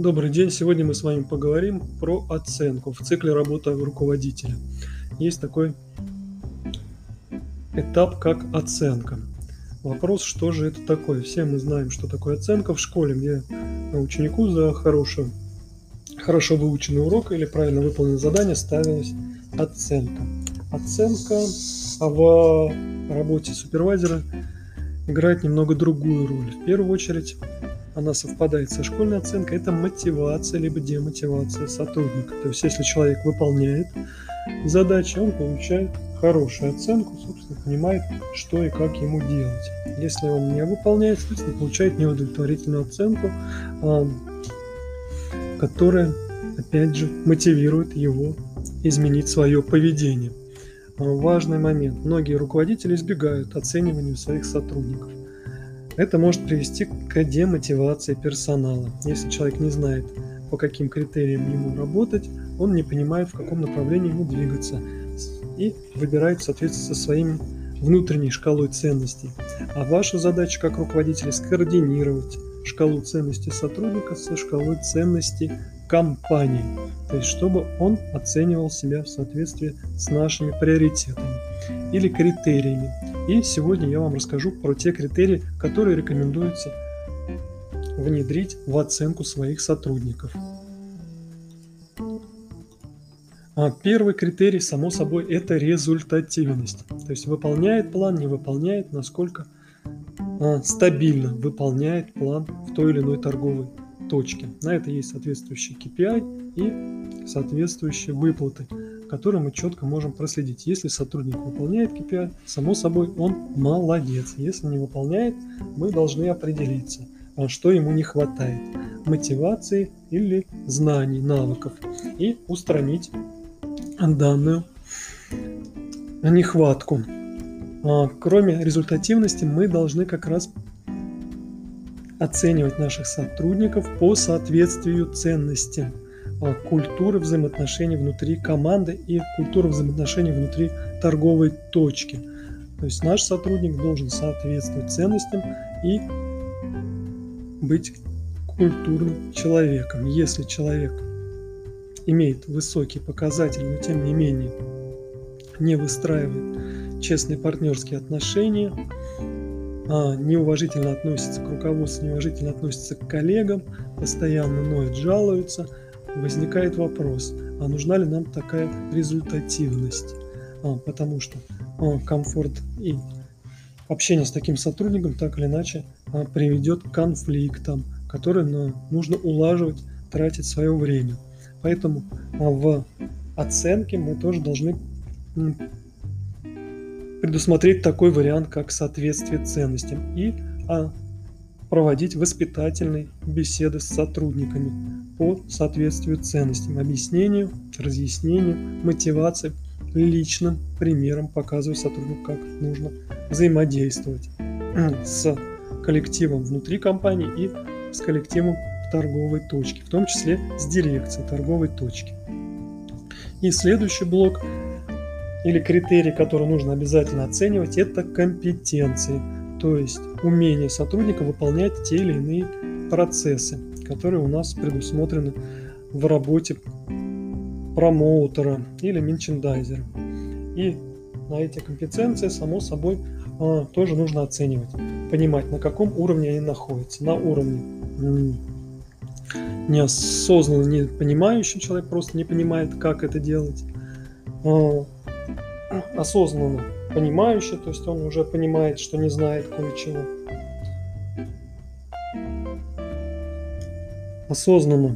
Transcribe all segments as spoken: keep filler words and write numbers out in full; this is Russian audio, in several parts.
Добрый день! Сегодня мы с вами поговорим про оценку в цикле работы руководителя. Есть такой этап, как оценка. Вопрос, что же это такое? Все мы знаем, что такое оценка в школе, где ученику за хорошую, хорошо выученный урок или правильно выполненное задание ставилась оценка. Оценка в работе супервайзера играет немного другую роль. В первую очередь она совпадает со школьной оценкой, это мотивация либо демотивация сотрудника. То есть если человек выполняет задачи, он получает хорошую оценку, собственно, понимает, что и как ему делать. Если он не выполняет, соответственно, получает неудовлетворительную оценку, которая, опять же, мотивирует его изменить свое поведение. Важный момент. Многие руководители избегают оценивания своих сотрудников. Это может привести к демотивации персонала. Если человек не знает, по каким критериям ему работать, он не понимает, в каком направлении ему двигаться, и выбирает в соответствии со своими внутренней шкалой ценностей. А ваша задача как руководителя скоординировать шкалу ценностей сотрудника со шкалой ценностей компании, то есть чтобы он оценивал себя в соответствии с нашими приоритетами или критериями. И сегодня я вам расскажу про те критерии, которые рекомендуется внедрить в оценку своих сотрудников. Первый критерий, само собой, это результативность. То есть выполняет план, не выполняет, насколько стабильно выполняет план в той или иной торговой точке. На это есть соответствующий кей пи ай и соответствующие выплаты, которые мы четко можем проследить. Если сотрудник выполняет кей пи ай, само собой, он молодец. Если не выполняет, мы должны определиться, что ему не хватает: мотивации или знаний, навыков, и устранить данную нехватку. Кроме результативности, мы должны как раз оценивать наших сотрудников по соответствию ценностям, культуры взаимоотношений внутри команды и культуры взаимоотношений внутри торговой точки. То есть наш сотрудник должен соответствовать ценностям и быть культурным человеком. Если человек имеет высокие показатели, но тем не менее не выстраивает честные партнерские отношения, а неуважительно относится к руководству, неуважительно относится к коллегам, постоянно ноет, жалуется, возникает вопрос, а нужна ли нам такая результативность? А, потому что а, комфорт и общение с таким сотрудником так или иначе а, приведет к конфликтам, которые ну, нужно улаживать, тратить свое время. Поэтому а, в оценке мы тоже должны м, предусмотреть такой вариант, как соответствие ценностям, и а, проводить воспитательные беседы с сотрудниками по соответствию ценностям, объяснению, разъяснению, мотивации, личным примером показывая сотруднику, как нужно взаимодействовать с коллективом внутри компании и с коллективом в торговой точке, в том числе с дирекцией торговой точки. И следующий блок или критерий, который нужно обязательно оценивать, это компетенции, то есть умение сотрудника выполнять те или иные процессы, которые у нас предусмотрены в работе промоутера или мерчендайзера. И на эти компетенции, само собой, тоже нужно оценивать, понимать, на каком уровне они находятся. На уровне неосознанно не понимающий человек просто не понимает, как это делать. Осознанно понимающий, то есть он уже понимает, что не знает кое-чего. Осознанно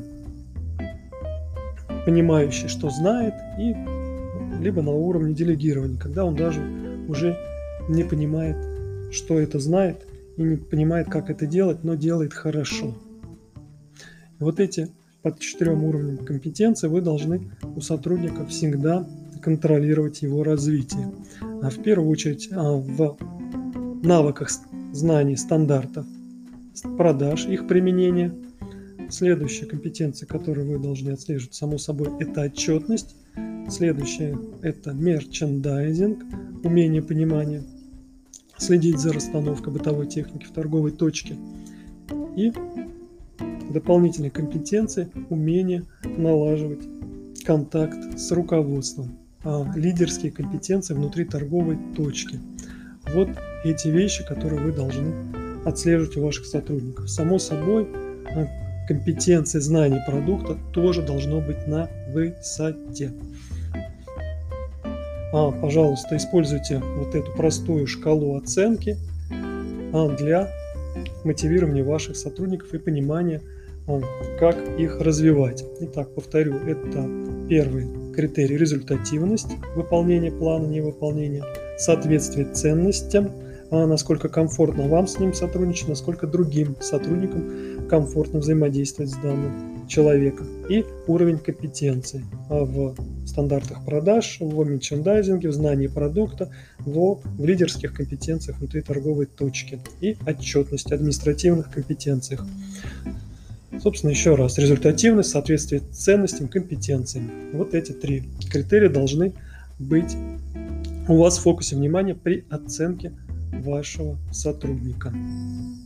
понимающий, что знает, и либо на уровне делегирования, когда он даже уже не понимает, что это знает, и не понимает, как это делать, но делает хорошо. И вот эти под четырем уровням компетенции вы должны у сотрудника всегда контролировать его развитие. А в первую очередь в навыках, знаний, стандартов продаж, их применения. Следующая компетенция, которую вы должны отслеживать, само собой, это отчетность. Следующее – это мерчендайзинг, умение понимания, следить за расстановкой бытовой техники в торговой точке. И дополнительные компетенции, умение налаживать контакт с руководством, а, лидерские компетенции внутри торговой точки. Вот эти вещи, которые вы должны отслеживать у ваших сотрудников. Само собой, компетенции, знания продукта тоже должно быть на высоте. А, пожалуйста, используйте вот эту простую шкалу оценки а, для мотивирования ваших сотрудников и понимания, а, как их развивать. Итак, повторю, это первый критерий — результативность выполнения плана, невыполнения, соответствие ценностям, а, насколько комфортно вам с ним сотрудничать, насколько другим сотрудникам комфортно взаимодействовать с данным человеком, и уровень компетенции в стандартах продаж, в мерчендайзинге, в знании продукта, в, в лидерских компетенциях внутри торговой точки и отчетность, административных компетенциях. Собственно, еще раз, результативность, соответствие ценностям, компетенциям. Вот эти три критерия должны быть у вас в фокусе внимания при оценке вашего сотрудника.